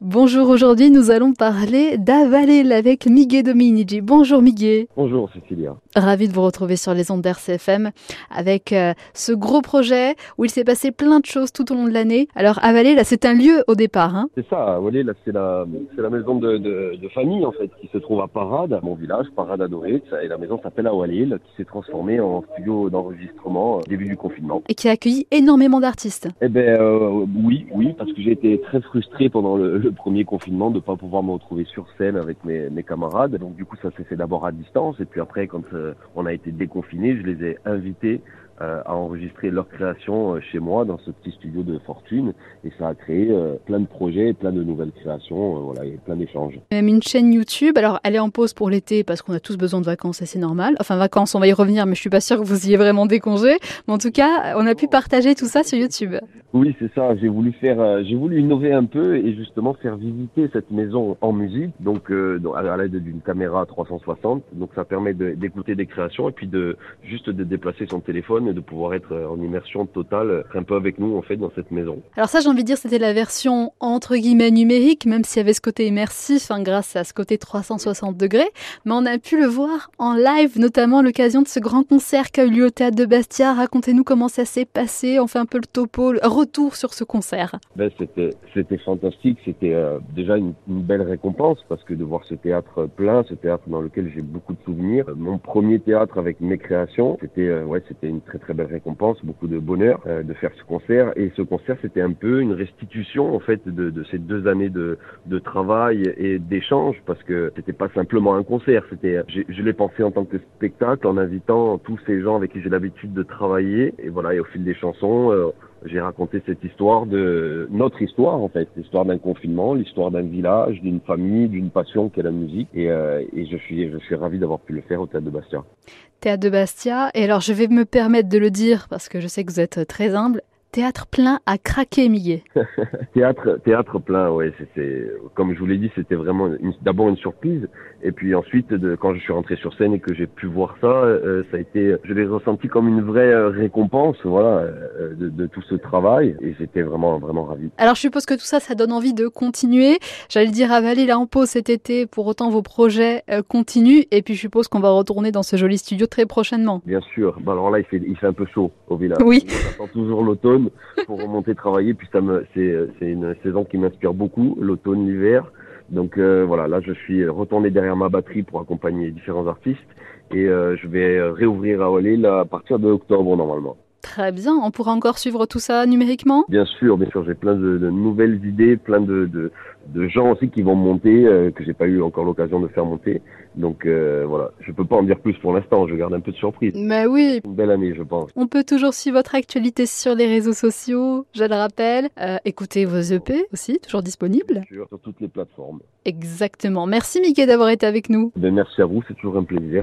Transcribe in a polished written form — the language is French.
Bonjour, aujourd'hui nous allons parler d'Avalil avec Miguel Dominici. Bonjour Miguel. Bonjour Cécilia. Ravi de vous retrouver sur les ondes d'RCFM avec ce gros projet où il s'est passé plein de choses tout au long de l'année. Alors Avalil, là c'est un lieu au départ. Hein. C'est ça, Avalil, là c'est la maison de famille en fait qui se trouve à Parade, mon village, Parade adoré. Et la maison s'appelle Avalil, qui s'est transformée en studio d'enregistrement début du confinement. Et qui a accueilli énormément d'artistes. Eh ben oui, parce que j'ai été très frustré pendant le premier confinement de ne pas pouvoir me retrouver sur scène avec mes camarades. Donc du coup ça s'est fait d'abord à distance et puis après quand on a été déconfinés, je les ai invités à enregistrer leur création chez moi dans ce petit studio de Fortune et ça a créé plein de projets, plein de nouvelles créations, voilà, et plein d'échanges. Même une chaîne YouTube, alors elle est en pause pour l'été parce qu'on a tous besoin de vacances et c'est normal. Enfin vacances, on va y revenir mais je suis pas sûre que vous ayez vraiment des congés. Mais en tout cas, on a pu partager tout ça sur YouTube. Oui, c'est ça, j'ai voulu innover un peu et justement faire visiter cette maison en musique, donc à l'aide d'une caméra 360, donc ça permet d'écouter des créations et puis de déplacer son téléphone et de pouvoir être en immersion totale, un peu avec nous en fait dans cette maison. Alors ça, j'ai envie de dire, c'était la version entre guillemets numérique, même s'il y avait ce côté immersif, grâce à ce côté 360 degrés, mais on a pu le voir en live, notamment à l'occasion de ce grand concert qui a eu lieu au Théâtre de Bastia. Racontez-nous comment ça s'est passé, on fait un peu le topo, le retour sur ce concert. Ben, c'était fantastique, c'était déjà une belle récompense parce que de voir ce théâtre plein, ce théâtre dans lequel j'ai beaucoup de souvenirs, mon premier théâtre avec mes créations, c'était une très belle récompense, beaucoup de bonheur de faire ce concert. Et ce concert, c'était un peu une restitution en fait de ces 2 années de travail et d'échange, parce que c'était pas simplement un concert, je l'ai pensé en tant que spectacle en invitant tous ces gens avec qui j'ai l'habitude de travailler. Et voilà, et au fil des chansons, j'ai raconté cette histoire notre histoire en fait, l'histoire d'un confinement, l'histoire d'un village, d'une famille, d'une passion qu'est la musique. Et je suis ravi d'avoir pu le faire au Théâtre de Bastia. Théâtre de Bastia. Et alors, je vais me permettre de le dire parce que je sais que vous êtes très humble. Théâtre plein à craquer, Miguel. Théâtre plein, ouais. C'était, comme je vous l'ai dit, c'était vraiment d'abord une surprise. Et puis ensuite, quand je suis rentré sur scène et que j'ai pu voir ça, ça a été, je l'ai ressenti comme une vraie récompense, voilà, de tout ce travail. Et j'étais vraiment ravi. Alors, je suppose que tout ça, ça donne envie de continuer. J'allais dire Avalil là en pause cet été. Pour autant, vos projets continuent. Et puis, je suppose qu'on va retourner dans ce joli studio très prochainement. Bien sûr. Bah alors là, il fait un peu chaud au village. Oui. J'attends toujours l'automne pour remonter travailler, puis c'est une saison qui m'inspire beaucoup, l'automne, l'hiver. Donc voilà, là je suis retourné derrière ma batterie pour accompagner différents artistes et je vais réouvrir à Avalil à partir de octobre normalement. Très bien, on pourra encore suivre tout ça numériquement ? Bien sûr, j'ai plein de nouvelles idées, plein de gens aussi qui vont monter, que j'ai pas eu encore l'occasion de faire monter. Donc voilà, je peux pas en dire plus pour l'instant, je garde un peu de surprise. Mais oui. Une belle année, je pense. On peut toujours suivre votre actualité sur les réseaux sociaux, je le rappelle. Écoutez vos EP aussi, toujours disponibles. Sur toutes les plateformes. Exactement. Merci Miguel d'avoir été avec nous. Merci à vous, c'est toujours un plaisir.